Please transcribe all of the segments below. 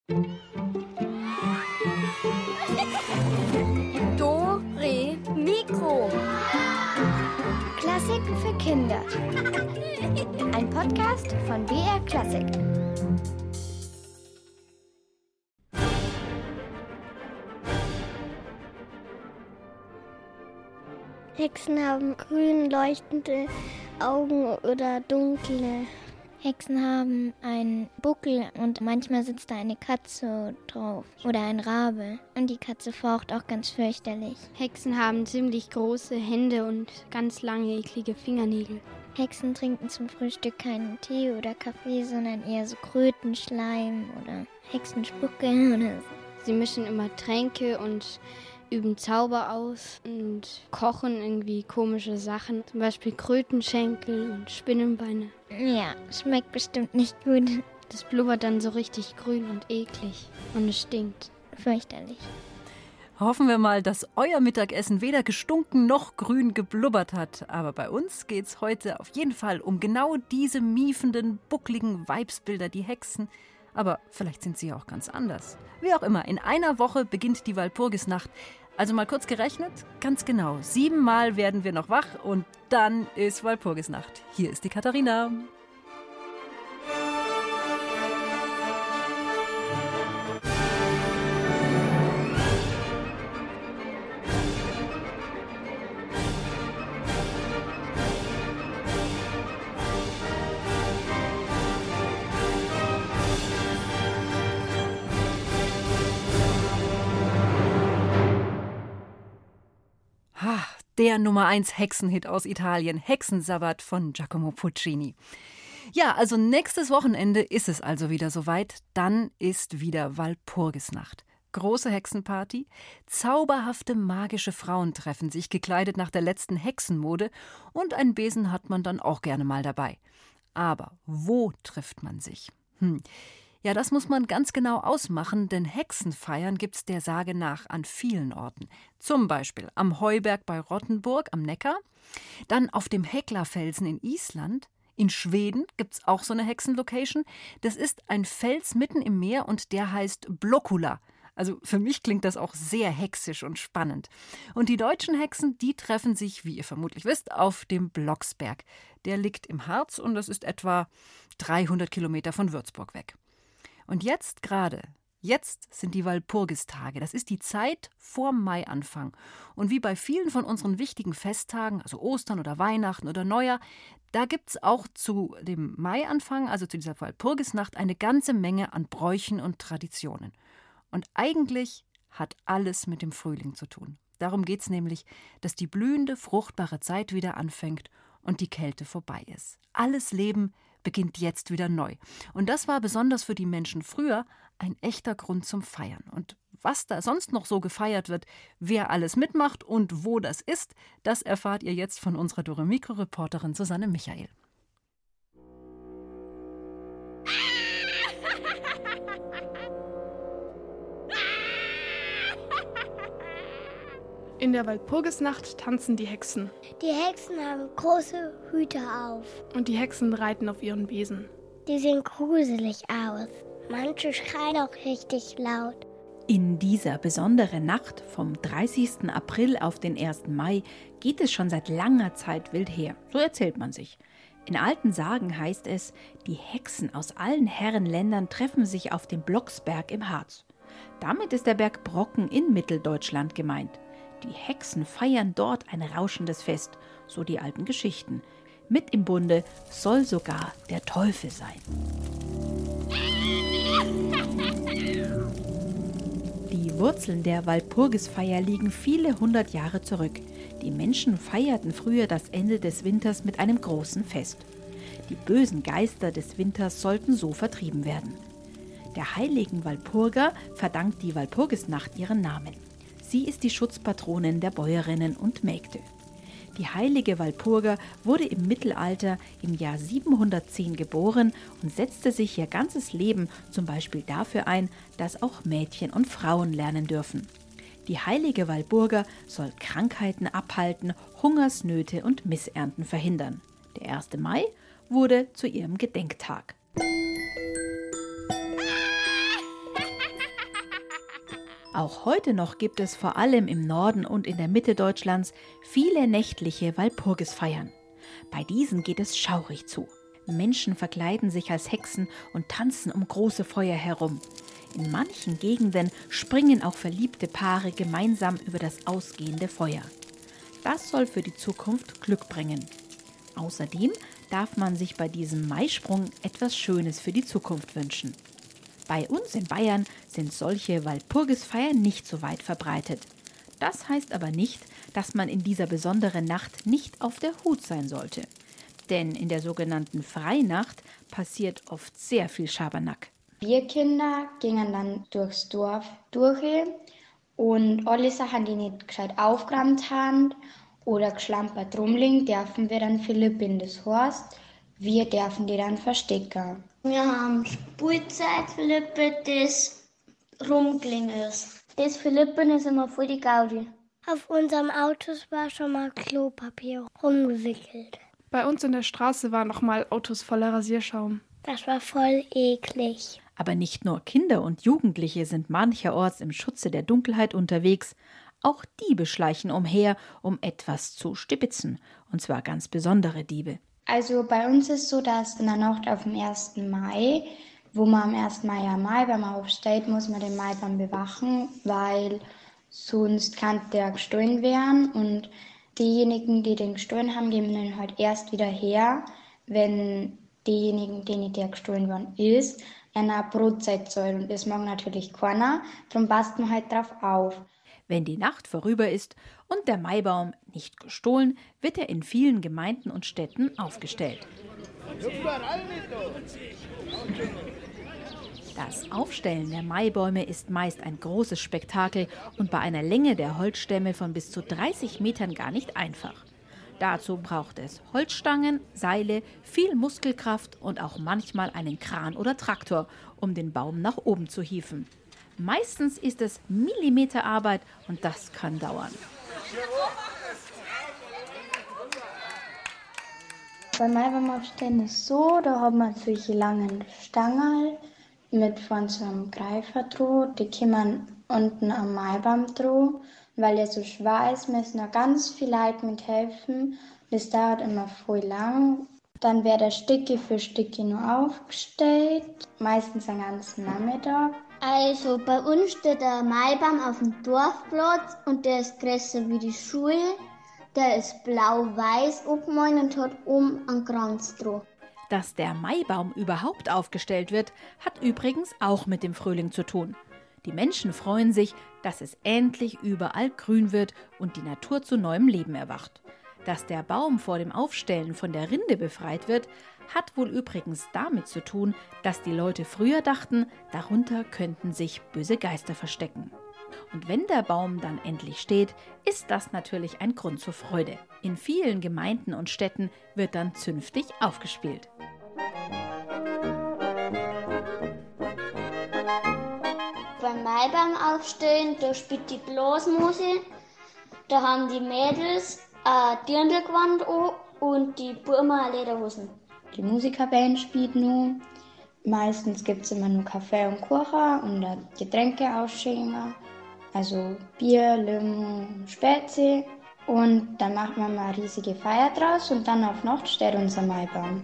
Dore Mikro. Klassiken für Kinder. Ein Podcast von BR Klassik. Hexen haben grün leuchtende Augen oder dunkle. Hexen haben einen Buckel und manchmal sitzt da eine Katze drauf oder ein Rabe. Und die Katze faucht auch ganz fürchterlich. Hexen haben ziemlich große Hände und ganz lange, eklige Fingernägel. Hexen trinken zum Frühstück keinen Tee oder Kaffee, sondern eher so Krötenschleim oder Hexenspucke oder so. Sie mischen immer Tränke und üben Zauber aus und kochen irgendwie komische Sachen. Zum Beispiel Krötenschenkel und Spinnenbeine. Ja, schmeckt bestimmt nicht gut. Das blubbert dann so richtig grün und eklig. Und es stinkt. Fürchterlich. Hoffen wir mal, dass euer Mittagessen weder gestunken noch grün geblubbert hat. Aber bei uns geht's heute auf jeden Fall um genau diese miefenden, buckligen Weibsbilder, die Hexen. Aber vielleicht sind sie ja auch ganz anders. Wie auch immer, in einer Woche beginnt die Walpurgisnacht. Also mal kurz gerechnet, ganz genau, 7 Mal werden wir noch wach und dann ist Walpurgisnacht. Hier ist die Katharina. Der Nummer 1 Hexenhit aus Italien, Hexensabbat von Giacomo Puccini. Ja, also nächstes Wochenende ist es also wieder soweit. Dann ist wieder Walpurgisnacht. Große Hexenparty, zauberhafte magische Frauen treffen sich, gekleidet nach der letzten Hexenmode. Und einen Besen hat man dann auch gerne mal dabei. Aber wo trifft man sich? Ja, das muss man ganz genau ausmachen, denn Hexenfeiern gibt's der Sage nach an vielen Orten. Zum Beispiel am Heuberg bei Rottenburg am Neckar, dann auf dem Heklafelsen in Island. In Schweden gibt's auch so eine Hexenlocation. Das ist ein Fels mitten im Meer und der heißt Blokkula. Also für mich klingt das auch sehr hexisch und spannend. Und die deutschen Hexen, die treffen sich, wie ihr vermutlich wisst, auf dem Blocksberg. Der liegt im Harz und das ist etwa 300 Kilometer von Würzburg weg. Und jetzt sind die Walpurgistage. Das ist die Zeit vor Maianfang. Und wie bei vielen von unseren wichtigen Festtagen, also Ostern oder Weihnachten oder Neujahr, da gibt's auch zu dem Maianfang, also zu dieser Walpurgisnacht, eine ganze Menge an Bräuchen und Traditionen. Und eigentlich hat alles mit dem Frühling zu tun. Darum geht's nämlich, dass die blühende, fruchtbare Zeit wieder anfängt und die Kälte vorbei ist. Alles Leben beginnt jetzt wieder neu. Und das war besonders für die Menschen früher ein echter Grund zum Feiern. Und was da sonst noch so gefeiert wird, wer alles mitmacht und wo das ist, das erfahrt ihr jetzt von unserer Dore Mikro-Reporterin Susanne Michael. In der Walpurgisnacht tanzen die Hexen. Die Hexen haben große Hüte auf. Und die Hexen reiten auf ihren Besen. Die sehen gruselig aus. Manche schreien auch richtig laut. In dieser besonderen Nacht vom 30. April auf den 1. Mai geht es schon seit langer Zeit wild her. So erzählt man sich. In alten Sagen heißt es, die Hexen aus allen Herrenländern treffen sich auf dem Blocksberg im Harz. Damit ist der Berg Brocken in Mitteldeutschland gemeint. Die Hexen feiern dort ein rauschendes Fest, so die alten Geschichten. Mit im Bunde soll sogar der Teufel sein. Die Wurzeln der Walpurgisfeier liegen viele hundert Jahre zurück. Die Menschen feierten früher das Ende des Winters mit einem großen Fest. Die bösen Geister des Winters sollten so vertrieben werden. Der heiligen Walpurga verdankt die Walpurgisnacht ihren Namen. Sie ist die Schutzpatronin der Bäuerinnen und Mägde. Die heilige Walpurga wurde im Mittelalter im Jahr 710 geboren und setzte sich ihr ganzes Leben zum Beispiel dafür ein, dass auch Mädchen und Frauen lernen dürfen. Die heilige Walpurga soll Krankheiten abhalten, Hungersnöte und Missernten verhindern. Der 1. Mai wurde zu ihrem Gedenktag. Auch heute noch gibt es vor allem im Norden und in der Mitte Deutschlands viele nächtliche Walpurgisfeiern. Bei diesen geht es schaurig zu. Menschen verkleiden sich als Hexen und tanzen um große Feuer herum. In manchen Gegenden springen auch verliebte Paare gemeinsam über das ausgehende Feuer. Das soll für die Zukunft Glück bringen. Außerdem darf man sich bei diesem Maisprung etwas Schönes für die Zukunft wünschen. Bei uns in Bayern sind solche Walpurgisfeiern nicht so weit verbreitet. Das heißt aber nicht, dass man in dieser besonderen Nacht nicht auf der Hut sein sollte. Denn in der sogenannten Freinacht passiert oft sehr viel Schabernack. Wir Kinder gingen dann durchs Dorf durch und alle Sachen, die nicht gescheit aufgeräumt haben oder geschlampert rumliegen, dürfen wir dann Philippin. Das heißt, wir dürfen die dann verstecken. Wir haben Spielzeug Philippin, das rumgelegen ist. Das Philippin ist immer voll die Gaudi. Auf unserem Autos war schon mal Klopapier rumgewickelt. Bei uns in der Straße waren noch mal Autos voller Rasierschaum. Das war voll eklig. Aber nicht nur Kinder und Jugendliche sind mancherorts im Schutze der Dunkelheit unterwegs. Auch Diebe schleichen umher, um etwas zu stibitzen. Und zwar ganz besondere Diebe. Also bei uns ist es so, dass in der Nacht auf dem 1. Mai, wo man am 1. Mai am Maibaum aufsteht, muss man den Maibaum bewachen, weil sonst kann der gestohlen werden. Und diejenigen, die den gestohlen haben, geben den halt erst wieder her, wenn diejenigen, denen der gestohlen worden ist, eine Brotzeit zahlen. Und das mag natürlich keiner, darum passt man halt drauf auf. Wenn die Nacht vorüber ist und der Maibaum nicht gestohlen, wird er in vielen Gemeinden und Städten aufgestellt. Das Aufstellen der Maibäume ist meist ein großes Spektakel und bei einer Länge der Holzstämme von bis zu 30 Metern gar nicht einfach. Dazu braucht es Holzstangen, Seile, viel Muskelkraft und auch manchmal einen Kran oder Traktor, um den Baum nach oben zu hieven. Meistens ist es Millimeterarbeit und das kann dauern. Beim Maibaum-Aufstellen ist es so, da hat man solche langen Stangen mit von so einem Greifer dran. Die kommen unten am Maibaum dran. Weil der so schwer ist, müssen da ganz viele Leute mithelfen. Das dauert immer voll lang. Dann wird er Stücke für Stücke nur aufgestellt, meistens einen ganzen Nachmittag. Also bei uns steht der Maibaum auf dem Dorfplatz und der ist größer wie die Schule. Der ist blau-weiß abgemalt und hat oben einen Kranz dran. Dass der Maibaum überhaupt aufgestellt wird, hat übrigens auch mit dem Frühling zu tun. Die Menschen freuen sich, dass es endlich überall grün wird und die Natur zu neuem Leben erwacht. Dass der Baum vor dem Aufstellen von der Rinde befreit wird, hat wohl übrigens damit zu tun, dass die Leute früher dachten, darunter könnten sich böse Geister verstecken. Und wenn der Baum dann endlich steht, ist das natürlich ein Grund zur Freude. In vielen Gemeinden und Städten wird dann zünftig aufgespielt. Beim Maibaum aufstellen, da spielt die Blasmusik. Da haben die Mädels ein Dirndlgewand an und die Burmen Lederhosen. Die Musikerband spielt nur. Meistens gibt es immer nur Kaffee und Kuchen und Getränke ausschenken. Also Bier, Limo, Spezi. Und dann machen wir mal eine riesige Feier draus und dann auf Nacht steht unser Maibaum.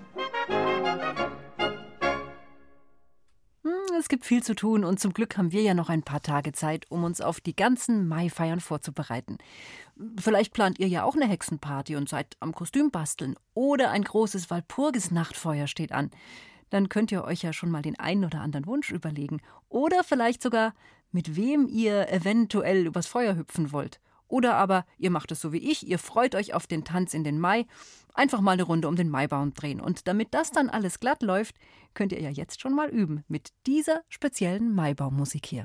Es gibt viel zu tun und zum Glück haben wir ja noch ein paar Tage Zeit, um uns auf die ganzen Maifeiern vorzubereiten. Vielleicht plant ihr ja auch eine Hexenparty und seid am Kostüm basteln oder ein großes Walpurgis-Nachtfeuer steht an. Dann könnt ihr euch ja schon mal den einen oder anderen Wunsch überlegen oder vielleicht sogar, mit wem ihr eventuell übers Feuer hüpfen wollt. Oder aber ihr macht es so wie ich, ihr freut euch auf den Tanz in den Mai, einfach mal eine Runde um den Maibaum drehen. Und damit das dann alles glatt läuft, könnt ihr ja jetzt schon mal üben mit dieser speziellen Maibaummusik hier.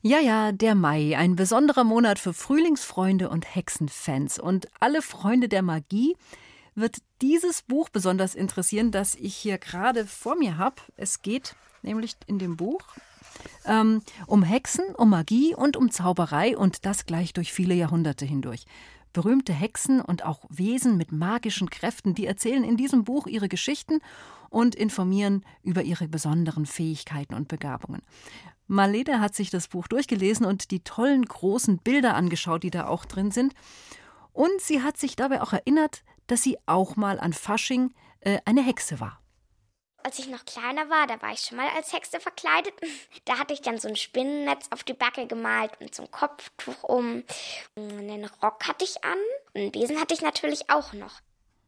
Ja, der Mai, ein besonderer Monat für Frühlingsfreunde und Hexenfans. Und alle Freunde der Magie wird dieses Buch besonders interessieren, das ich hier gerade vor mir habe. Es geht nämlich in dem Buch um Hexen, um Magie und um Zauberei und das gleich durch viele Jahrhunderte hindurch. Berühmte Hexen und auch Wesen mit magischen Kräften, die erzählen in diesem Buch ihre Geschichten und informieren über ihre besonderen Fähigkeiten und Begabungen. Marlene hat sich das Buch durchgelesen und die tollen großen Bilder angeschaut, die da auch drin sind. Und sie hat sich dabei auch erinnert, dass sie auch mal an Fasching eine Hexe war. Als ich noch kleiner war, da war ich schon mal als Hexe verkleidet. Da hatte ich dann so ein Spinnennetz auf die Backe gemalt und so ein Kopftuch um. Einen Rock hatte ich an und einen Besen hatte ich natürlich auch noch.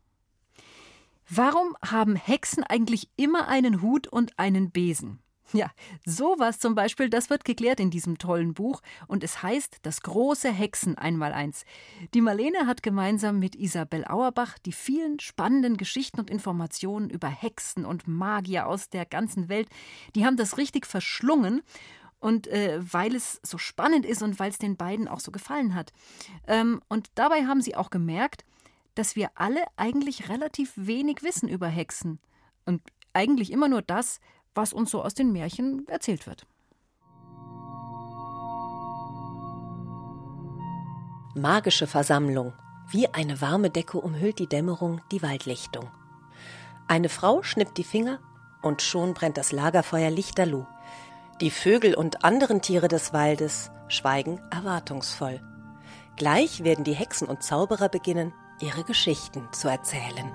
Warum haben Hexen eigentlich immer einen Hut und einen Besen? Ja, sowas zum Beispiel, das wird geklärt in diesem tollen Buch und es heißt Das große Hexen einmaleins. Die Marlene hat gemeinsam mit Isabel Auerbach die vielen spannenden Geschichten und Informationen über Hexen und Magier aus der ganzen Welt, die haben das richtig verschlungen und weil es so spannend ist und weil es den beiden auch so gefallen hat. Und dabei haben sie auch gemerkt, dass wir alle eigentlich relativ wenig wissen über Hexen und eigentlich immer nur das, was uns so aus den Märchen erzählt wird. Magische Versammlung. Wie eine warme Decke umhüllt die Dämmerung die Waldlichtung. Eine Frau schnippt die Finger und schon brennt das Lagerfeuer lichterloh. Die Vögel und anderen Tiere des Waldes schweigen erwartungsvoll. Gleich werden die Hexen und Zauberer beginnen, ihre Geschichten zu erzählen.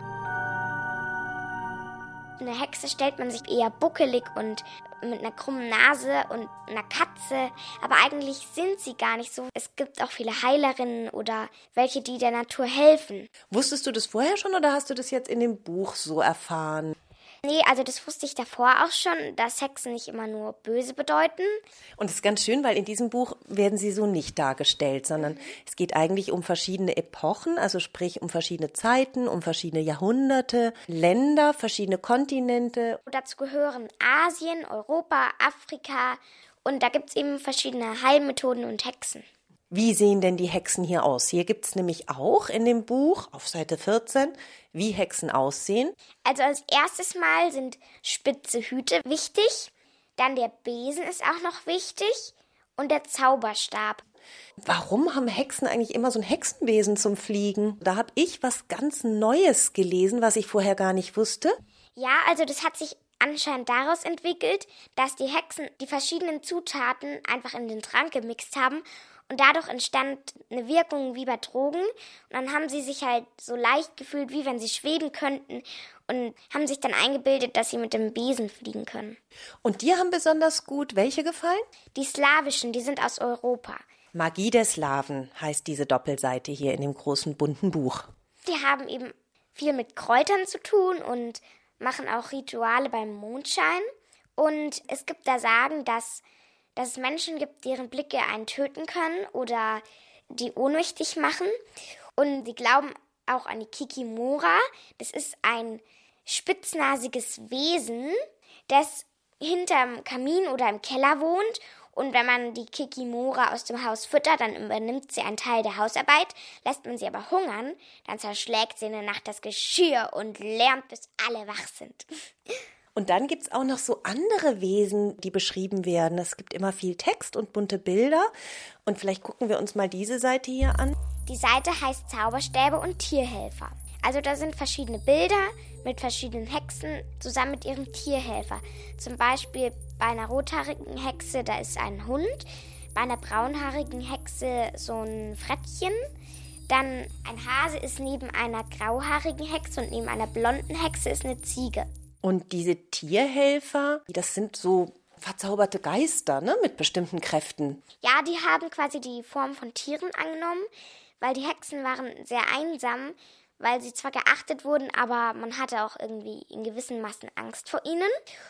Eine Hexe stellt man sich eher buckelig und mit einer krummen Nase und einer Katze. Aber eigentlich sind sie gar nicht so. Es gibt auch viele Heilerinnen oder welche, die der Natur helfen. Wusstest du das vorher schon oder hast du das jetzt in dem Buch so erfahren? Nee, also das wusste ich davor auch schon, dass Hexen nicht immer nur böse bedeuten. Und es ist ganz schön, weil in diesem Buch werden sie so nicht dargestellt, sondern es geht eigentlich um verschiedene Epochen, also sprich um verschiedene Zeiten, um verschiedene Jahrhunderte, Länder, verschiedene Kontinente. Dazu gehören Asien, Europa, Afrika und da gibt es eben verschiedene Heilmethoden und Hexen. Wie sehen denn die Hexen hier aus? Hier gibt es nämlich auch in dem Buch auf Seite 14, wie Hexen aussehen. Also als erstes Mal sind spitze Hüte wichtig, dann der Besen ist auch noch wichtig und der Zauberstab. Warum haben Hexen eigentlich immer so ein Hexenbesen zum Fliegen? Da habe ich was ganz Neues gelesen, was ich vorher gar nicht wusste. Ja, also das hat sich anscheinend daraus entwickelt, dass die Hexen die verschiedenen Zutaten einfach in den Trank gemixt haben. Und dadurch entstand eine Wirkung wie bei Drogen. Und dann haben sie sich halt so leicht gefühlt, wie wenn sie schweben könnten. Und haben sich dann eingebildet, dass sie mit dem Besen fliegen können. Und dir haben besonders gut welche gefallen? Die slawischen, die sind aus Europa. Magie der Slawen heißt diese Doppelseite hier in dem großen bunten Buch. Die haben eben viel mit Kräutern zu tun und machen auch Rituale beim Mondschein. Und es gibt da Sagen, dass es Menschen gibt, deren Blicke einen töten können oder die ohnmächtig machen. Und die glauben auch an die Kikimora. Das ist ein spitznasiges Wesen, das hinterm Kamin oder im Keller wohnt. Und wenn man die Kikimora aus dem Haus füttert, dann übernimmt sie einen Teil der Hausarbeit. Lässt man sie aber hungern, dann zerschlägt sie in der Nacht das Geschirr und lärmt, bis alle wach sind. Und dann gibt es auch noch so andere Wesen, die beschrieben werden. Es gibt immer viel Text und bunte Bilder. Und vielleicht gucken wir uns mal diese Seite hier an. Die Seite heißt Zauberstäbe und Tierhelfer. Also da sind verschiedene Bilder mit verschiedenen Hexen zusammen mit ihrem Tierhelfer. Zum Beispiel bei einer rothaarigen Hexe, da ist ein Hund. Bei einer braunhaarigen Hexe so ein Frettchen. Dann ein Hase ist neben einer grauhaarigen Hexe und neben einer blonden Hexe ist eine Ziege. Und diese Tierhelfer, das sind so verzauberte Geister, ne, mit bestimmten Kräften. Ja, die haben quasi die Form von Tieren angenommen, weil die Hexen waren sehr einsam, weil sie zwar geachtet wurden, aber man hatte auch irgendwie in gewissen Massen Angst vor ihnen.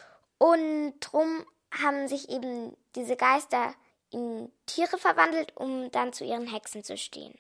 Und drum haben sich eben diese Geister in Tiere verwandelt, um dann zu ihren Hexen zu stehen.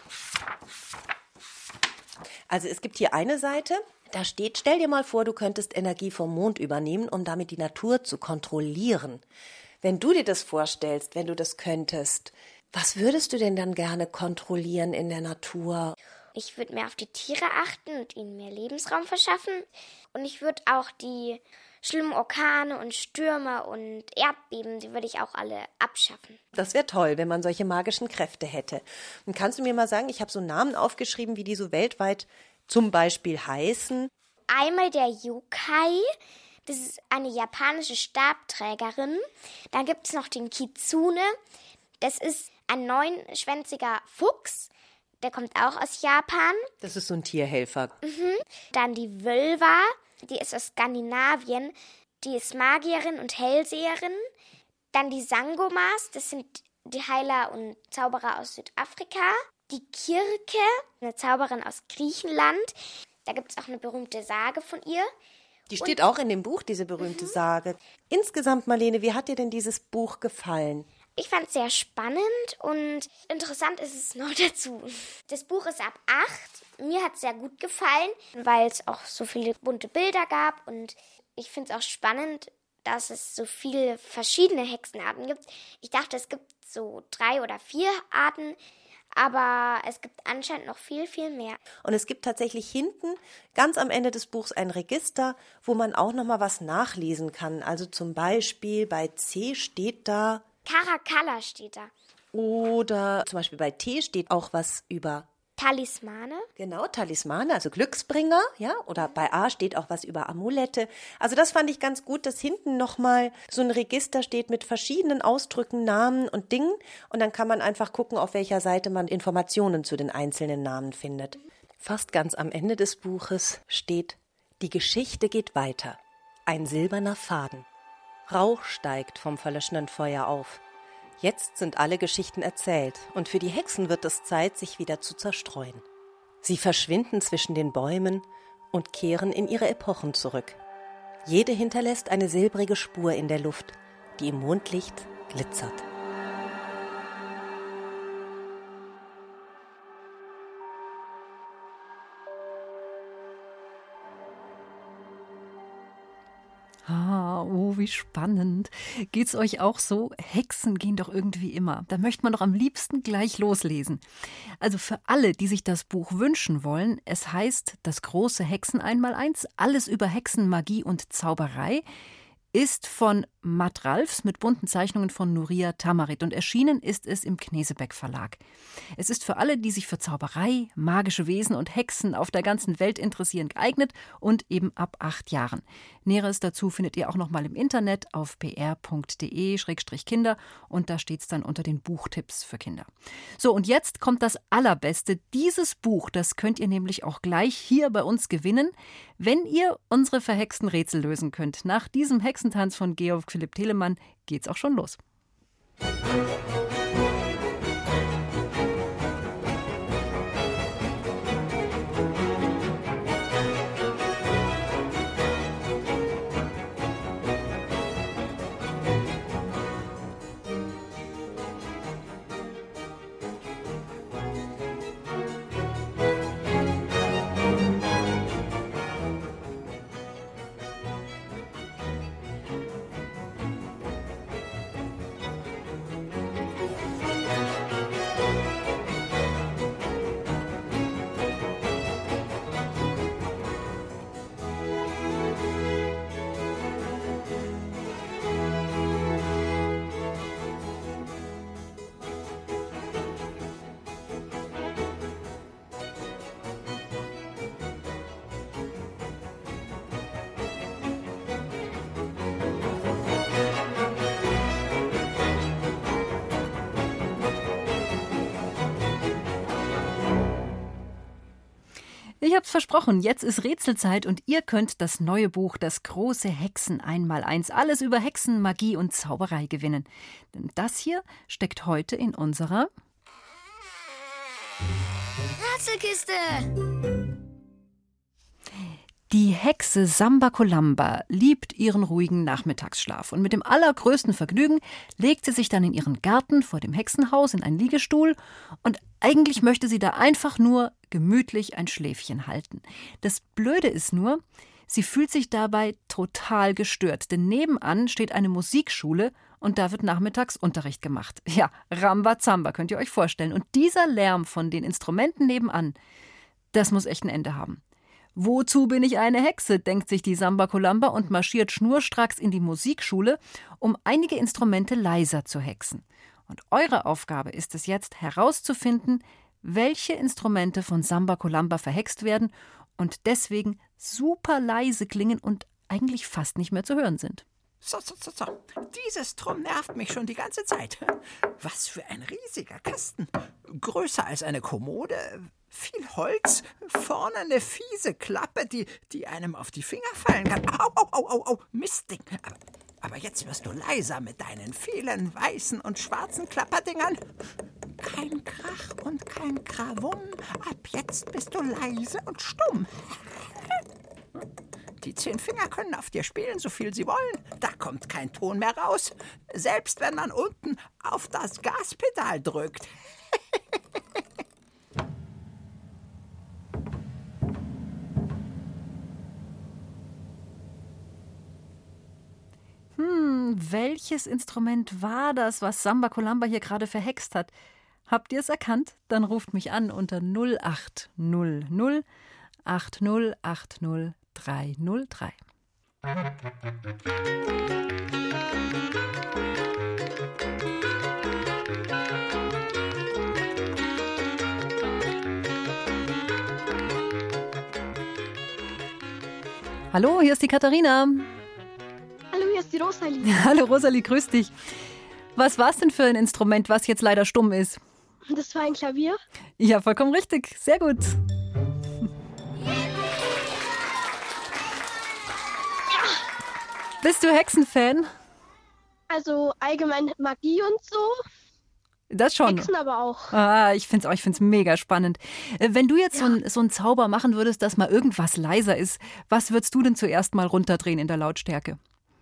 Also es gibt hier eine Seite, da steht, stell dir mal vor, du könntest Energie vom Mond übernehmen, um damit die Natur zu kontrollieren. Wenn du dir das vorstellst, wenn du das könntest, was würdest du denn dann gerne kontrollieren in der Natur? Ich würde mehr auf die Tiere achten und ihnen mehr Lebensraum verschaffen. Und ich würde auch die schlimmen Orkane und Stürme und Erdbeben, die würde ich auch alle abschaffen. Das wäre toll, wenn man solche magischen Kräfte hätte. Und kannst du mir mal sagen, ich habe so Namen aufgeschrieben, wie die so weltweit zum Beispiel heißen? Einmal der Yokai, das ist eine japanische Stabträgerin. Dann gibt es noch den Kitsune, das ist ein 9-schwänziger Fuchs. Der kommt auch aus Japan. Das ist so ein Tierhelfer. Dann die Wölva, die ist aus Skandinavien. Die ist Magierin und Hellseherin. Dann die Sangomas, das sind die Heiler und Zauberer aus Südafrika. Die Kirke, eine Zauberin aus Griechenland. Da gibt es auch eine berühmte Sage von ihr. Die steht auch in dem Buch, diese berühmte Sage. Insgesamt, Marlene, wie hat dir denn dieses Buch gefallen? Ich fand es sehr spannend und interessant ist es noch dazu. Das Buch ist ab 8. Mir hat es sehr gut gefallen, weil es auch so viele bunte Bilder gab. Und ich finde es auch spannend, dass es so viele verschiedene Hexenarten gibt. Ich dachte, es gibt so 3 oder 4 Arten, aber es gibt anscheinend noch viel, viel mehr. Und es gibt tatsächlich hinten, ganz am Ende des Buchs, ein Register, wo man auch noch mal was nachlesen kann. Also zum Beispiel bei C steht da Caracalla steht da. Oder zum Beispiel bei T steht auch was über Talismane. Genau, Talismane, also Glücksbringer, ja. Oder bei A steht auch was über Amulette. Also das fand ich ganz gut, dass hinten nochmal so ein Register steht mit verschiedenen Ausdrücken, Namen und Dingen. Und dann kann man einfach gucken, auf welcher Seite man Informationen zu den einzelnen Namen findet. Fast ganz am Ende des Buches steht: Die Geschichte geht weiter. Ein silberner Faden. Rauch steigt vom verlöschenden Feuer auf. Jetzt sind alle Geschichten erzählt und für die Hexen wird es Zeit, sich wieder zu zerstreuen. Sie verschwinden zwischen den Bäumen und kehren in ihre Epochen zurück. Jede hinterlässt eine silbrige Spur in der Luft, die im Mondlicht glitzert. Oh, wie spannend. Geht's euch auch so? Hexen gehen doch irgendwie immer. Da möchte man doch am liebsten gleich loslesen. Also für alle, die sich das Buch wünschen wollen, es heißt Das große Hexen einmaleins, alles über Hexen, Magie und Zauberei, ist von Matt Ralfs mit bunten Zeichnungen von Nuria Tamarit und erschienen ist es im Knesebeck Verlag. Es ist für alle, die sich für Zauberei, magische Wesen und Hexen auf der ganzen Welt interessieren, geeignet und eben ab 8 Jahren. Näheres dazu findet ihr auch noch mal im Internet auf br.de/Kinder und da steht es dann unter den Buchtipps für Kinder. So, und jetzt kommt das Allerbeste. Dieses Buch, das könnt ihr nämlich auch gleich hier bei uns gewinnen, wenn ihr unsere verhexten Rätsel lösen könnt. Nach diesem Hexentanz von Georg Philipp Telemann geht's auch schon los. Ich hab's versprochen, jetzt ist Rätselzeit und ihr könnt das neue Buch Das große Hexen einmaleins, alles über Hexen, Magie und Zauberei gewinnen. Denn das hier steckt heute in unserer Rätselkiste. Die Hexe Samba Colamba liebt ihren ruhigen Nachmittagsschlaf und mit dem allergrößten Vergnügen legt sie sich dann in ihren Garten vor dem Hexenhaus in einen Liegestuhl und eigentlich möchte sie da einfach nur gemütlich ein Schläfchen halten. Das Blöde ist nur, sie fühlt sich dabei total gestört, denn nebenan steht eine Musikschule und da wird nachmittags Unterricht gemacht. Ja, Rambazamba, könnt ihr euch vorstellen. Und dieser Lärm von den Instrumenten nebenan, das muss echt ein Ende haben. Wozu bin ich eine Hexe, denkt sich die Samba Colamba und marschiert schnurstracks in die Musikschule, um einige Instrumente leiser zu hexen. Und eure Aufgabe ist es jetzt, herauszufinden, welche Instrumente von Samba Colamba verhext werden und deswegen super leise klingen und eigentlich fast nicht mehr zu hören sind. So. Dieses Drum nervt mich schon die ganze Zeit. Was für ein riesiger Kasten. Größer als eine Kommode, viel Holz, vorne eine fiese Klappe, die einem auf die Finger fallen kann. Au, Mistding. Aber jetzt wirst du leiser mit deinen vielen weißen und schwarzen Klapperdingern. Kein Krach und kein Krawum. Ab jetzt bist du leise und stumm. Die 10 Finger können auf dir spielen, so viel sie wollen. Da kommt kein Ton mehr raus. Selbst wenn man unten auf das Gaspedal drückt. Welches Instrument war das, was Samba Colamba hier gerade verhext hat? Habt ihr es erkannt? Dann ruft mich an unter 0800 8080 303. Hallo, hier ist die Katharina. Hallo, hier ist die Rosalie. Hallo Rosalie, grüß dich. Was war es denn für ein Instrument, was jetzt leider stumm ist? Das war ein Klavier. Ja, vollkommen richtig. Sehr gut. Bist du Hexenfan? Also allgemein Magie und so. Das schon. Hexen aber auch. Ich find's mega spannend. Wenn du jetzt so einen Zauber machen würdest, dass mal irgendwas leiser ist, was würdest du denn zuerst mal runterdrehen in der Lautstärke?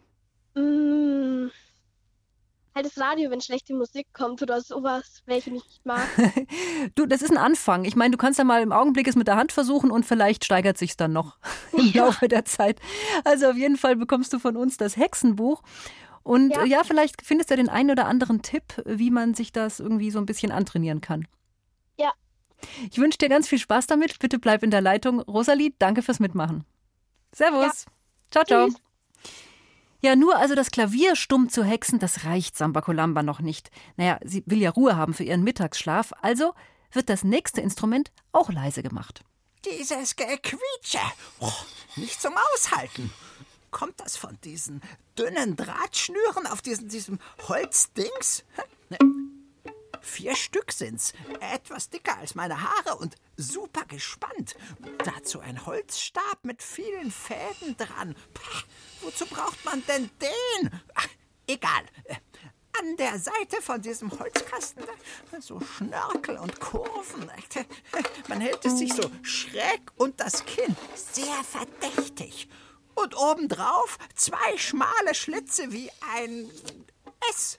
Halt das Radio, wenn schlechte Musik kommt oder sowas, welche ich nicht mag. Du, das ist ein Anfang. Ich meine, du kannst ja mal im Augenblick es mit der Hand versuchen und vielleicht steigert sich's dann noch im Laufe der Zeit. Also auf jeden Fall bekommst du von uns das Hexenbuch. Und ja, vielleicht findest du ja den einen oder anderen Tipp, wie man sich das irgendwie so ein bisschen antrainieren kann. Ja. Ich wünsche dir ganz viel Spaß damit. Bitte bleib in der Leitung. Rosalie, danke fürs Mitmachen. Servus. Ja. Ciao. Tschüss. Ja, nur also das Klavier stumm zu hexen, das reicht Samba Colamba noch nicht. Naja, sie will ja Ruhe haben für ihren Mittagsschlaf, also wird das nächste Instrument auch leise gemacht. Dieses Gequietsche, nicht zum Aushalten. Kommt das von diesen dünnen Drahtschnüren auf diesem Holzdings? 4 Stück sind's, etwas dicker als meine Haare und super gespannt. Dazu ein Holzstab mit vielen Fäden dran. Pah, wozu braucht man denn den? Ach, egal. An der Seite von diesem Holzkasten so Schnörkel und Kurven. Man hält es sich so schräg unter das Kinn. Sehr verdächtig. Und obendrauf 2 schmale Schlitze wie ein S.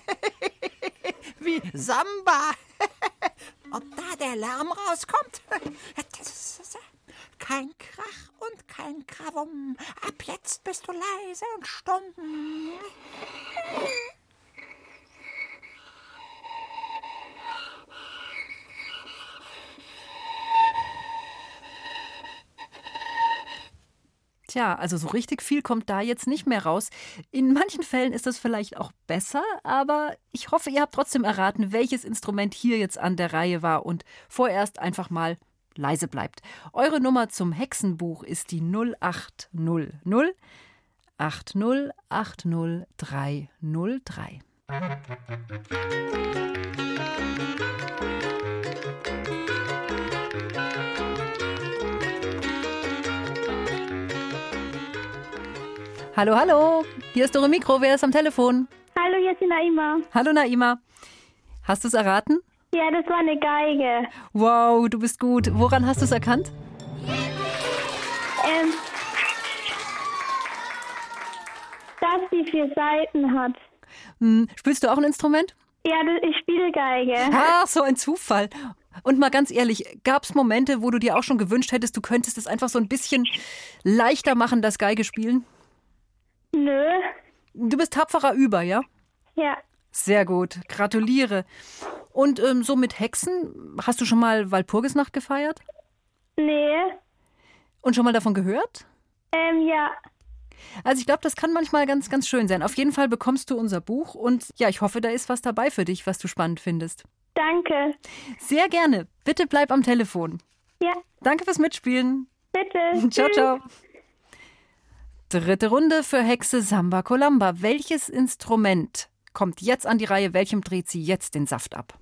Wie Samba. Ob da der Lärm rauskommt? Kein Krach und kein Krawum. Ab jetzt bist du leise und stumm. Tja, also so richtig viel kommt da jetzt nicht mehr raus. In manchen Fällen ist das vielleicht auch besser, aber ich hoffe, ihr habt trotzdem erraten, welches Instrument hier jetzt an der Reihe war und vorerst einfach mal leise bleibt. Eure Nummer zum Hexenbuch ist die 0800 8080 303. Hallo, hallo. Hier ist eure Mikro. Wer ist am Telefon? Hallo, hier ist die Naima. Hallo, Naima. Hast du es erraten? Ja, das war eine Geige. Wow, du bist gut. Woran hast du es erkannt? Dass sie 4 Seiten hat. Spielst du auch ein Instrument? Ja, ich spiele Geige. Ach, so ein Zufall. Und mal ganz ehrlich, gab es Momente, wo du dir auch schon gewünscht hättest, du könntest es einfach so ein bisschen leichter machen, das Geige spielen? Nö. Du bist tapferer Über, ja? Ja. Sehr gut, gratuliere. Und so mit Hexen, hast du schon mal Walpurgisnacht gefeiert? Nee. Und schon mal davon gehört? Ja. Also ich glaube, das kann manchmal ganz, ganz schön sein. Auf jeden Fall bekommst du unser Buch und ja, ich hoffe, da ist was dabei für dich, was du spannend findest. Danke. Sehr gerne. Bitte bleib am Telefon. Ja. Danke fürs Mitspielen. Bitte. Ciao, ciao. Dritte Runde für Hexe Samba Colamba. Welches Instrument kommt jetzt an die Reihe? Welchem dreht sie jetzt den Saft ab?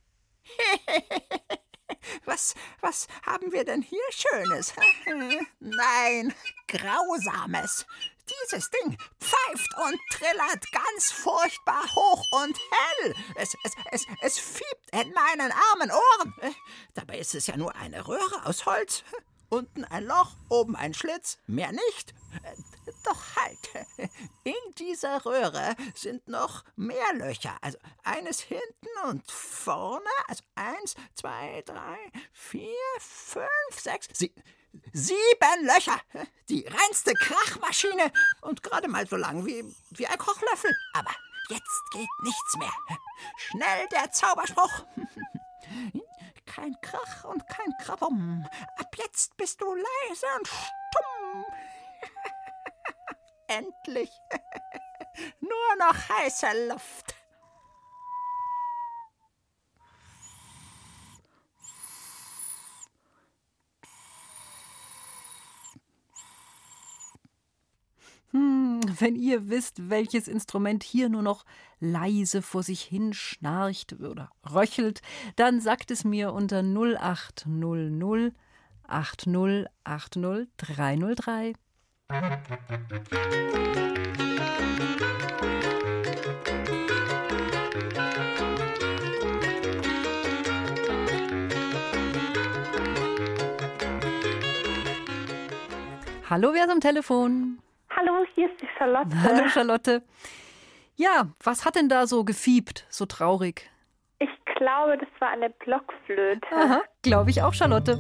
Was haben wir denn hier Schönes? Nein, Grausames. Dieses Ding pfeift und trillert ganz furchtbar hoch und hell. Es fiebt in meinen armen Ohren. Dabei ist es ja nur eine Röhre aus Holz. Unten ein Loch, oben ein Schlitz, mehr nicht. Doch halt, in dieser Röhre sind noch mehr Löcher. Also eines hinten und vorne. Also 1, 2, 3, 4, 5, 6, 7 Löcher. Die reinste Krachmaschine und gerade mal so lang wie ein Kochlöffel. Aber jetzt geht nichts mehr. Schnell der Zauberspruch. Kein Krach und kein Krabum. Ab jetzt bist du leise und stumm. Endlich. Nur noch heiße Luft. Wenn ihr wisst, welches Instrument hier nur noch leise vor sich hin schnarcht oder röchelt, dann sagt es mir unter 0800 80 80 303. Hallo, wer ist am Telefon? Hallo, hier ist die Charlotte. Hallo, Charlotte. Ja, was hat denn da so gefiebt, so traurig? Ich glaube, das war eine Blockflöte. Aha, glaube ich auch, Charlotte.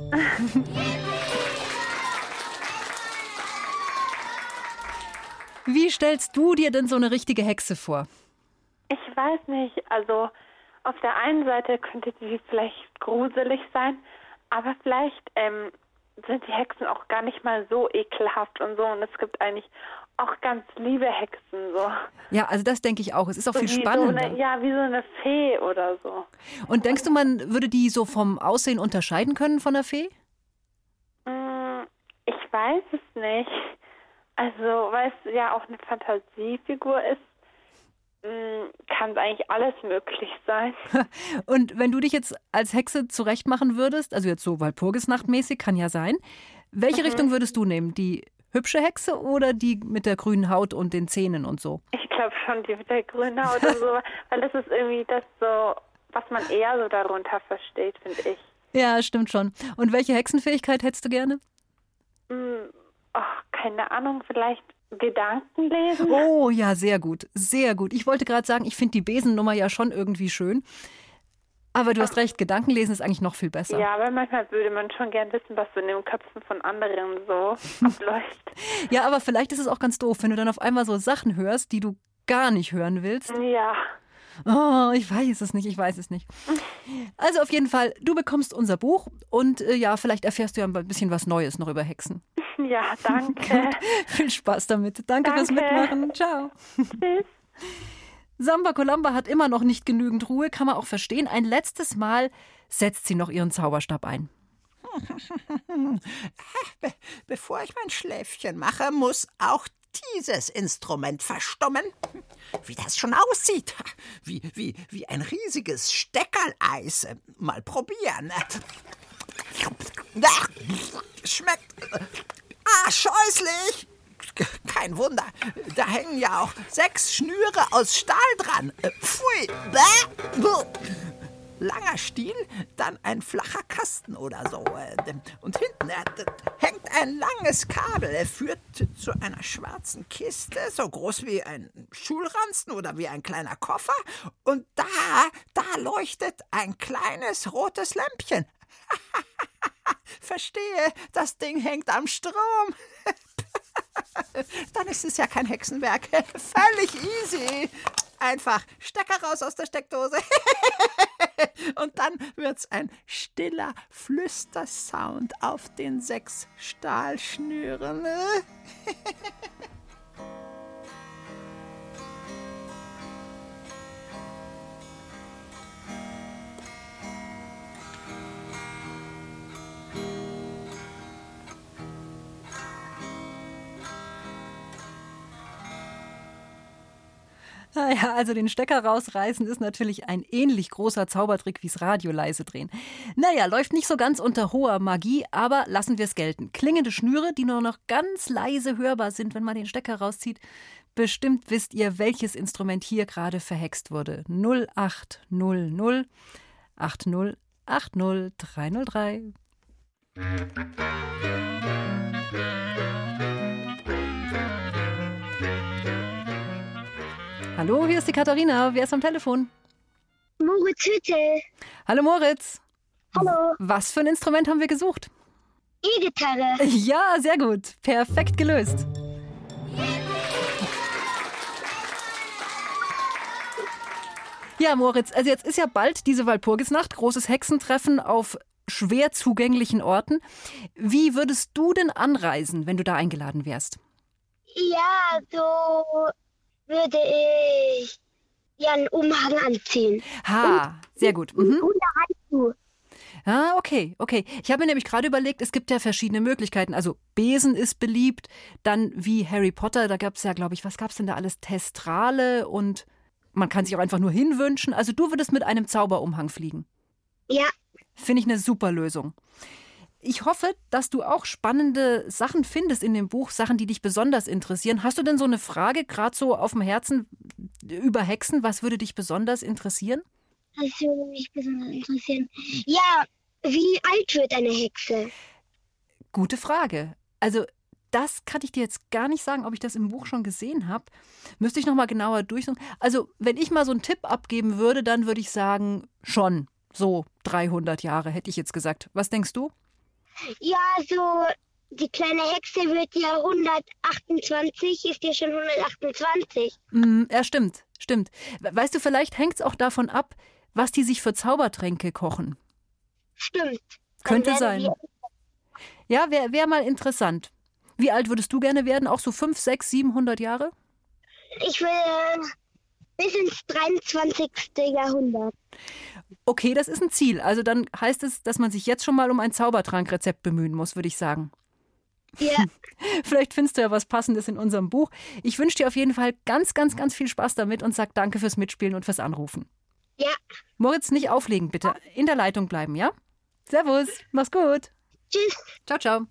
Wie stellst du dir denn so eine richtige Hexe vor? Ich weiß nicht, also auf der einen Seite könnte die vielleicht gruselig sein, aber vielleicht sind die Hexen auch gar nicht mal so ekelhaft und so. Und es gibt eigentlich auch ganz liebe Hexen so. Ja, also das denke ich auch. Es ist auch viel spannender. Wie so eine Fee oder so. Und denkst du, man würde die so vom Aussehen unterscheiden können von der Fee? Ich weiß es nicht. Also, weil es ja auch eine Fantasiefigur ist, kann es eigentlich alles möglich sein. Und wenn du dich jetzt als Hexe zurechtmachen würdest, also jetzt so Walpurgisnacht-mäßig, kann ja sein, welche Richtung würdest du nehmen? Die hübsche Hexe oder die mit der grünen Haut und den Zähnen und so? Ich glaube schon die mit der grünen Haut und so, weil das ist irgendwie das so, was man eher so darunter versteht, finde ich. Ja, stimmt schon. Und welche Hexenfähigkeit hättest du gerne? Keine Ahnung, vielleicht Gedanken lesen? Oh ja, sehr gut, sehr gut. Ich wollte gerade sagen, ich finde die Besennummer ja schon irgendwie schön. Aber du hast recht, Gedankenlesen ist eigentlich noch viel besser. Ja, aber manchmal würde man schon gern wissen, was so in den Köpfen von anderen so abläuft. Ja, aber vielleicht ist es auch ganz doof, wenn du dann auf einmal so Sachen hörst, die du gar nicht hören willst. Ja. Oh, ich weiß es nicht. Also auf jeden Fall, du bekommst unser Buch und ja, vielleicht erfährst du ja ein bisschen was Neues noch über Hexen. Ja, danke. Viel Spaß damit. Danke fürs Mitmachen. Ciao. Tschüss. Samba Colamba hat immer noch nicht genügend Ruhe, kann man auch verstehen. Ein letztes Mal setzt sie noch ihren Zauberstab ein. Bevor ich mein Schläfchen mache, muss auch dieses Instrument verstummen. Wie das schon aussieht. Wie ein riesiges Steckerleis. Mal probieren. Schmeckt scheußlich. Kein Wunder. Da hängen ja auch 6 Schnüre aus Stahl dran. Pfui. Langer Stiel, dann ein flacher Kasten oder so. Und hinten hängt ein langes Kabel. Er führt zu einer schwarzen Kiste, so groß wie ein Schulranzen oder wie ein kleiner Koffer. Und da leuchtet ein kleines rotes Lämpchen. Verstehe, das Ding hängt am Strom. Dann ist es ja kein Hexenwerk. Völlig easy. Einfach Stecker raus aus der Steckdose. Und dann wird's ein stiller Flüstersound auf den 6 Stahlschnüren. Naja, also den Stecker rausreißen ist natürlich ein ähnlich großer Zaubertrick wie's Radio leise drehen. Naja, läuft nicht so ganz unter hoher Magie, aber lassen wir es gelten. Klingende Schnüre, die nur noch ganz leise hörbar sind, wenn man den Stecker rauszieht. Bestimmt wisst ihr, welches Instrument hier gerade verhext wurde. 0800 80 80 303. Hallo, hier ist die Katharina. Wer ist am Telefon? Moritz Hütte. Hallo Moritz. Hallo. Was für ein Instrument haben wir gesucht? E-Gitarre. Ja, sehr gut. Perfekt gelöst. Ja, Moritz, also jetzt ist ja bald diese Walpurgisnacht, großes Hexentreffen auf schwer zugänglichen Orten. Wie würdest du denn anreisen, wenn du da eingeladen wärst? Ja, so würde ich einen Umhang anziehen. Sehr gut. Mhm. Und Handschuhe. Ah, okay. Ich habe mir nämlich gerade überlegt, es gibt ja verschiedene Möglichkeiten. Also Besen ist beliebt, dann wie Harry Potter, da gab es ja, glaube ich, was gab es denn da alles? Testrale und man kann sich auch einfach nur hinwünschen. Also du würdest mit einem Zauberumhang fliegen. Ja. Finde ich eine super Lösung. Ich hoffe, dass du auch spannende Sachen findest in dem Buch, Sachen, die dich besonders interessieren. Hast du denn so eine Frage gerade so auf dem Herzen über Hexen? Was würde dich besonders interessieren? Das würde mich besonders interessieren. Ja, wie alt wird eine Hexe? Gute Frage. Also das kann ich dir jetzt gar nicht sagen, ob ich das im Buch schon gesehen habe. Müsste ich noch mal genauer durchsuchen. Also wenn ich mal so einen Tipp abgeben würde, dann würde ich sagen, schon so 300 Jahre, hätte ich jetzt gesagt. Was denkst du? Ja, so die kleine Hexe wird ja 128, ist ja schon 128. Ja, stimmt. Weißt du, vielleicht hängt es auch davon ab, was die sich für Zaubertränke kochen. Stimmt. Könnte sein. Ja, wär mal interessant. Wie alt würdest du gerne werden? Auch so 500, 600, 700 Jahre? Ich will bis ins 23. Jahrhundert. Okay, das ist ein Ziel. Also dann heißt es, dass man sich jetzt schon mal um ein Zaubertrankrezept bemühen muss, würde ich sagen. Ja. Vielleicht findest du ja was Passendes in unserem Buch. Ich wünsche dir auf jeden Fall ganz, ganz, ganz viel Spaß damit und sag danke fürs Mitspielen und fürs Anrufen. Ja. Moritz, nicht auflegen, bitte. In der Leitung bleiben, ja? Servus, mach's gut. Tschüss. Ciao.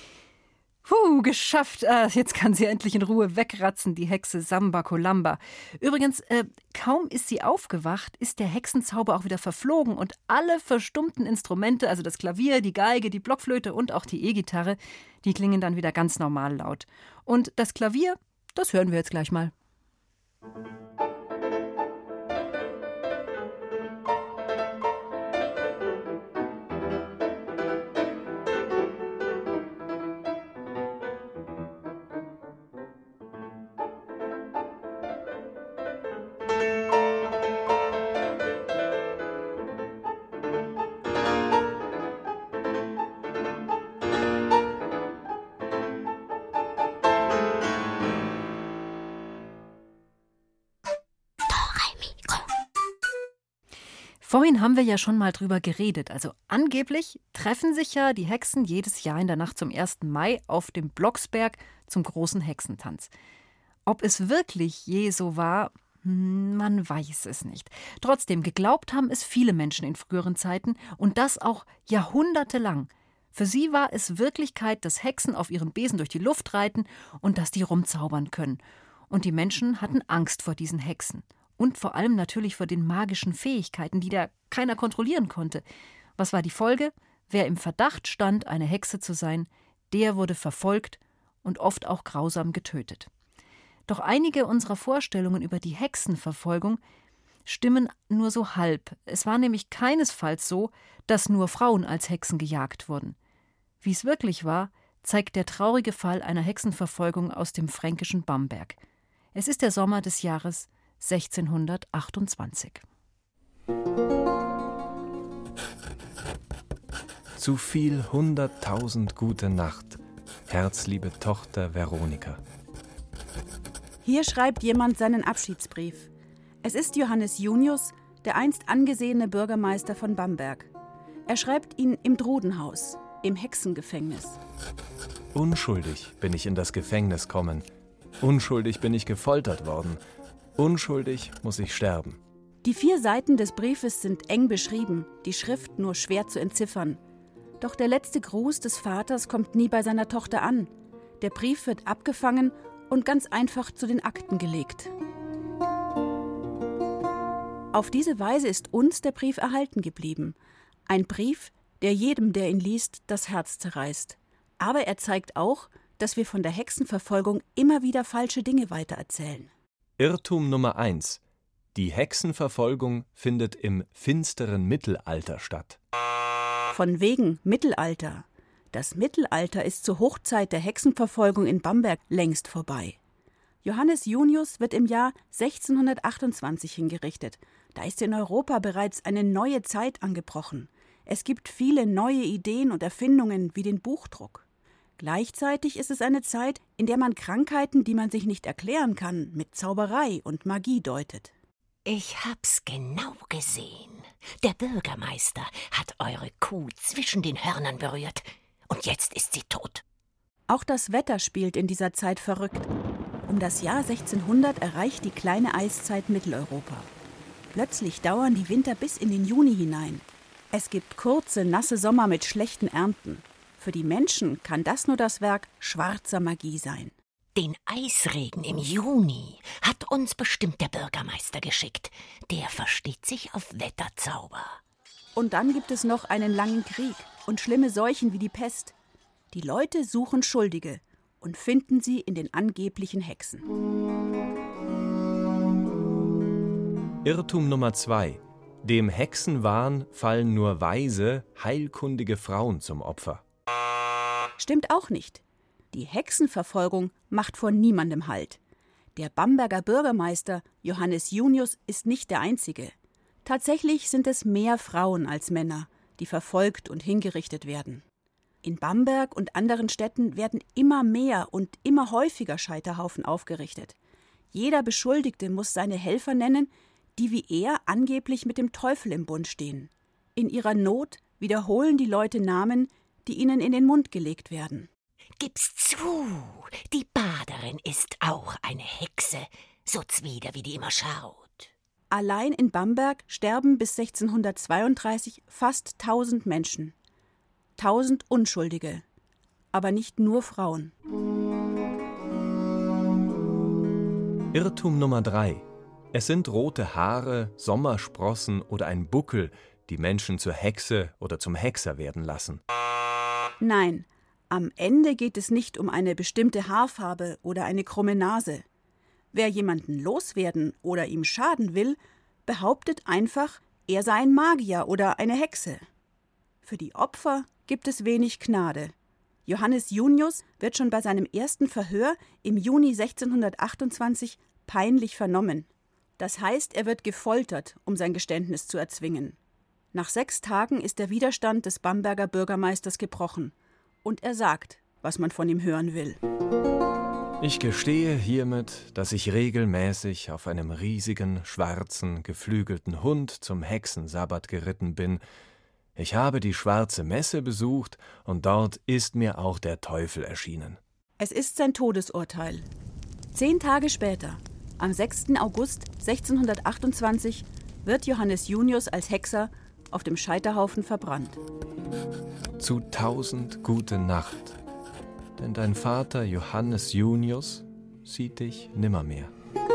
Geschafft. Jetzt kann sie endlich in Ruhe wegratzen, die Hexe Samba Colamba. Übrigens, kaum ist sie aufgewacht, ist der Hexenzauber auch wieder verflogen und alle verstummten Instrumente, also das Klavier, die Geige, die Blockflöte und auch die E-Gitarre, die klingen dann wieder ganz normal laut. Und das Klavier, das hören wir jetzt gleich mal. Vorhin haben wir ja schon mal drüber geredet. Also angeblich treffen sich ja die Hexen jedes Jahr in der Nacht zum 1. Mai auf dem Blocksberg zum großen Hexentanz. Ob es wirklich je so war, man weiß es nicht. Trotzdem, geglaubt haben es viele Menschen in früheren Zeiten und das auch jahrhundertelang. Für sie war es Wirklichkeit, dass Hexen auf ihren Besen durch die Luft reiten und dass die rumzaubern können. Und die Menschen hatten Angst vor diesen Hexen. Und vor allem natürlich vor den magischen Fähigkeiten, die da keiner kontrollieren konnte. Was war die Folge? Wer im Verdacht stand, eine Hexe zu sein, der wurde verfolgt und oft auch grausam getötet. Doch einige unserer Vorstellungen über die Hexenverfolgung stimmen nur so halb. Es war nämlich keinesfalls so, dass nur Frauen als Hexen gejagt wurden. Wie es wirklich war, zeigt der traurige Fall einer Hexenverfolgung aus dem fränkischen Bamberg. Es ist der Sommer des Jahres 1628. Zu viel 100.000 gute Nacht, herzliebe Tochter Veronika. Hier schreibt jemand seinen Abschiedsbrief. Es ist Johannes Junius, der einst angesehene Bürgermeister von Bamberg. Er schreibt ihn im Drudenhaus, im Hexengefängnis. Unschuldig bin ich in das Gefängnis kommen. Unschuldig bin ich gefoltert worden. Unschuldig muss ich sterben. Die 4 Seiten des Briefes sind eng beschrieben, die Schrift nur schwer zu entziffern. Doch der letzte Gruß des Vaters kommt nie bei seiner Tochter an. Der Brief wird abgefangen und ganz einfach zu den Akten gelegt. Auf diese Weise ist uns der Brief erhalten geblieben. Ein Brief, der jedem, der ihn liest, das Herz zerreißt. Aber er zeigt auch, dass wir von der Hexenverfolgung immer wieder falsche Dinge weitererzählen. Irrtum Nummer 1. Die Hexenverfolgung findet im finsteren Mittelalter statt. Von wegen Mittelalter. Das Mittelalter ist zur Hochzeit der Hexenverfolgung in Bamberg längst vorbei. Johannes Junius wird im Jahr 1628 hingerichtet. Da ist in Europa bereits eine neue Zeit angebrochen. Es gibt viele neue Ideen und Erfindungen wie den Buchdruck. Gleichzeitig ist es eine Zeit, in der man Krankheiten, die man sich nicht erklären kann, mit Zauberei und Magie deutet. Ich hab's genau gesehen. Der Bürgermeister hat eure Kuh zwischen den Hörnern berührt. Und jetzt ist sie tot. Auch das Wetter spielt in dieser Zeit verrückt. Um das Jahr 1600 erreicht die kleine Eiszeit Mitteleuropa. Plötzlich dauern die Winter bis in den Juni hinein. Es gibt kurze, nasse Sommer mit schlechten Ernten. Für die Menschen kann das nur das Werk schwarzer Magie sein. Den Eisregen im Juni hat uns bestimmt der Bürgermeister geschickt. Der versteht sich auf Wetterzauber. Und dann gibt es noch einen langen Krieg und schlimme Seuchen wie die Pest. Die Leute suchen Schuldige und finden sie in den angeblichen Hexen. Irrtum Nummer 2. Dem Hexenwahn fallen nur weise, heilkundige Frauen zum Opfer. Stimmt auch nicht. Die Hexenverfolgung macht vor niemandem Halt. Der Bamberger Bürgermeister Johannes Junius ist nicht der Einzige. Tatsächlich sind es mehr Frauen als Männer, die verfolgt und hingerichtet werden. In Bamberg und anderen Städten werden immer mehr und immer häufiger Scheiterhaufen aufgerichtet. Jeder Beschuldigte muss seine Helfer nennen, die wie er angeblich mit dem Teufel im Bund stehen. In ihrer Not wiederholen die Leute Namen, die ihnen in den Mund gelegt werden. Gib's zu, die Baderin ist auch eine Hexe, so zwider wie die immer schaut. Allein in Bamberg sterben bis 1632 fast 1000 Menschen. 1000 Unschuldige, aber nicht nur Frauen. Irrtum Nummer 3. Es sind rote Haare, Sommersprossen oder ein Buckel, die Menschen zur Hexe oder zum Hexer werden lassen. Nein, am Ende geht es nicht um eine bestimmte Haarfarbe oder eine krumme Nase. Wer jemanden loswerden oder ihm schaden will, behauptet einfach, er sei ein Magier oder eine Hexe. Für die Opfer gibt es wenig Gnade. Johannes Junius wird schon bei seinem ersten Verhör im Juni 1628 peinlich vernommen. Das heißt, er wird gefoltert, um sein Geständnis zu erzwingen. Nach 6 Tagen ist der Widerstand des Bamberger Bürgermeisters gebrochen. Und er sagt, was man von ihm hören will. Ich gestehe hiermit, dass ich regelmäßig auf einem riesigen, schwarzen, geflügelten Hund zum Hexensabbat geritten bin. Ich habe die Schwarze Messe besucht und dort ist mir auch der Teufel erschienen. Es ist sein Todesurteil. 10 Tage später, am 6. August 1628, wird Johannes Junius als Hexer auf dem Scheiterhaufen verbrannt. Zu 1000 gute Nacht, denn dein Vater Johannes Junius sieht dich nimmermehr.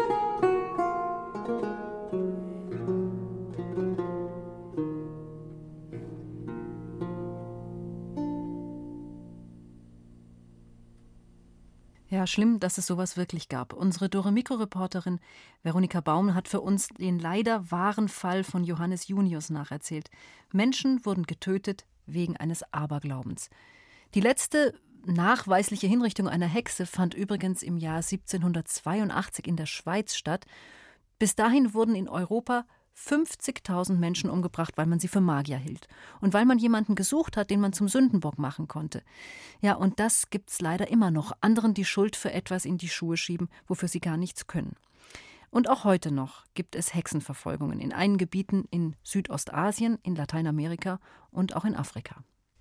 Ja, schlimm, dass es sowas wirklich gab. Unsere Dore-Mikro-Reporterin Veronika Baum hat für uns den leider wahren Fall von Johannes Junius nacherzählt. Menschen wurden getötet wegen eines Aberglaubens. Die letzte nachweisliche Hinrichtung einer Hexe fand übrigens im Jahr 1782 in der Schweiz statt. Bis dahin wurden in Europa 50.000 Menschen umgebracht, weil man sie für Magier hielt. Und weil man jemanden gesucht hat, den man zum Sündenbock machen konnte. Ja, und das gibt's leider immer noch. Anderen die Schuld für etwas in die Schuhe schieben, wofür sie gar nichts können. Und auch heute noch gibt es Hexenverfolgungen in einigen Gebieten in Südostasien, in Lateinamerika und auch in Afrika.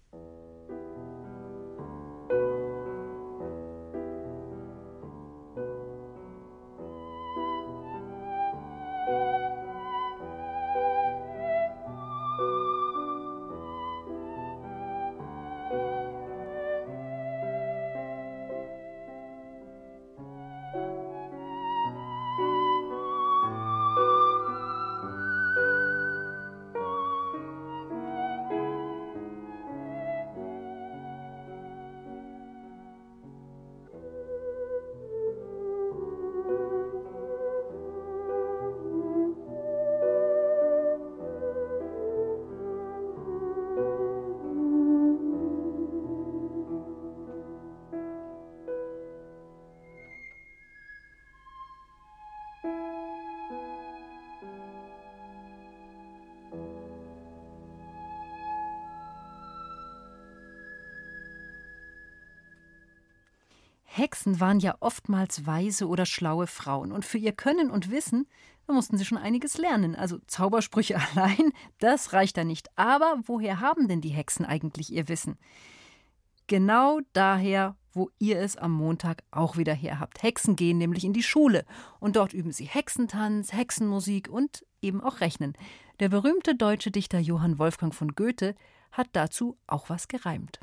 Hexen waren ja oftmals weise oder schlaue Frauen. Und für ihr Können und Wissen mussten sie schon einiges lernen. Also Zaubersprüche allein, das reicht da nicht. Aber woher haben denn die Hexen eigentlich ihr Wissen? Genau daher, wo ihr es am Montag auch wieder her habt. Hexen gehen nämlich in die Schule. Und dort üben sie Hexentanz, Hexenmusik und eben auch Rechnen. Der berühmte deutsche Dichter Johann Wolfgang von Goethe hat dazu auch was gereimt.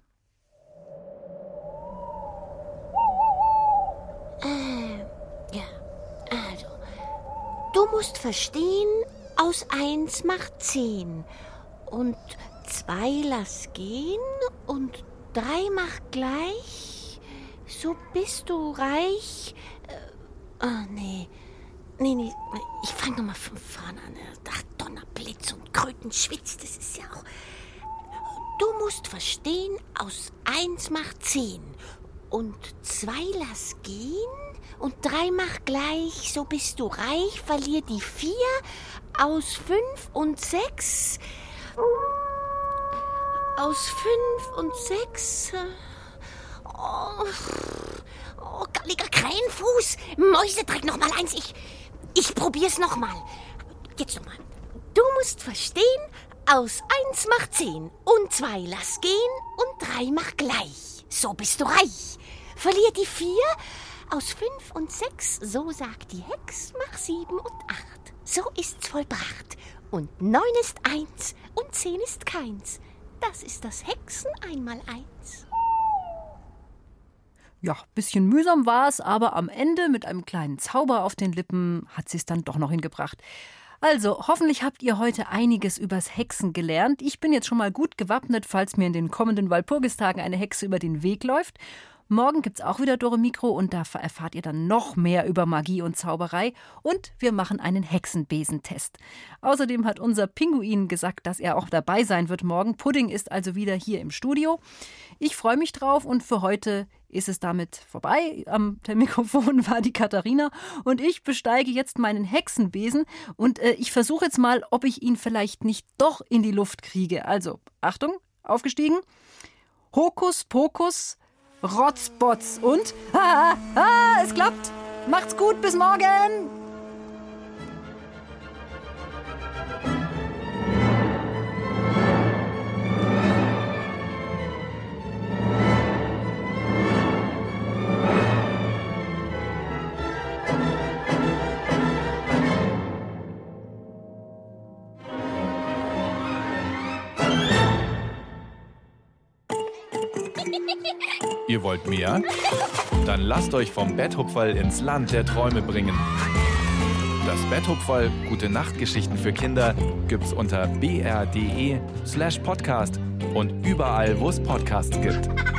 Du musst verstehen, aus 1 macht 10 und 2 lass gehen und 3 macht gleich, so bist du reich. Nee, ich fange nochmal von vorne an. Ach, Donnerblitz und Krötenschwitz, das ist ja auch... Du musst verstehen, aus 1 macht 10 und 2 lass gehen und 3 mach gleich, so bist du reich, verlier die 4, aus 5 und 6. Aus 5 und 6. Oh, galliger Krähenfuß, Mäusedreck, nochmal 1, ich probier's nochmal. Jetzt nochmal. Du musst verstehen, aus 1 macht 10 und 2 lass gehen und 3 mach gleich, so bist du reich. Verlier die 4, aus 5 und 6, so sagt die Hex, mach 7 und 8. So ist's vollbracht. Und 9 ist 1 und 10 ist keins. Das ist das Hexen 1x1. Ja, bisschen mühsam war es, aber am Ende mit einem kleinen Zauber auf den Lippen hat sie es dann doch noch hingebracht. Also, hoffentlich habt ihr heute einiges übers Hexen gelernt. Ich bin jetzt schon mal gut gewappnet, falls mir in den kommenden Walpurgistagen eine Hexe über den Weg läuft. Morgen gibt's auch wieder Dore Mikro und da erfahrt ihr dann noch mehr über Magie und Zauberei und wir machen einen Hexenbesentest. Außerdem hat unser Pinguin gesagt, dass er auch dabei sein wird morgen. Pudding ist also wieder hier im Studio. Ich freue mich drauf und für heute ist es damit vorbei. Am Mikrofon war die Katharina und ich besteige jetzt meinen Hexenbesen und ich versuche jetzt mal, ob ich ihn vielleicht nicht doch in die Luft kriege. Also, Achtung, aufgestiegen. Hokus Pokus, Rotzbotz und es klappt. Macht's gut, bis morgen. Ihr wollt mehr? Dann lasst euch vom Betthupferl ins Land der Träume bringen. Das Betthupferl, gute Nachtgeschichten für Kinder, gibt's unter br.de/podcast und überall, wo es Podcasts gibt.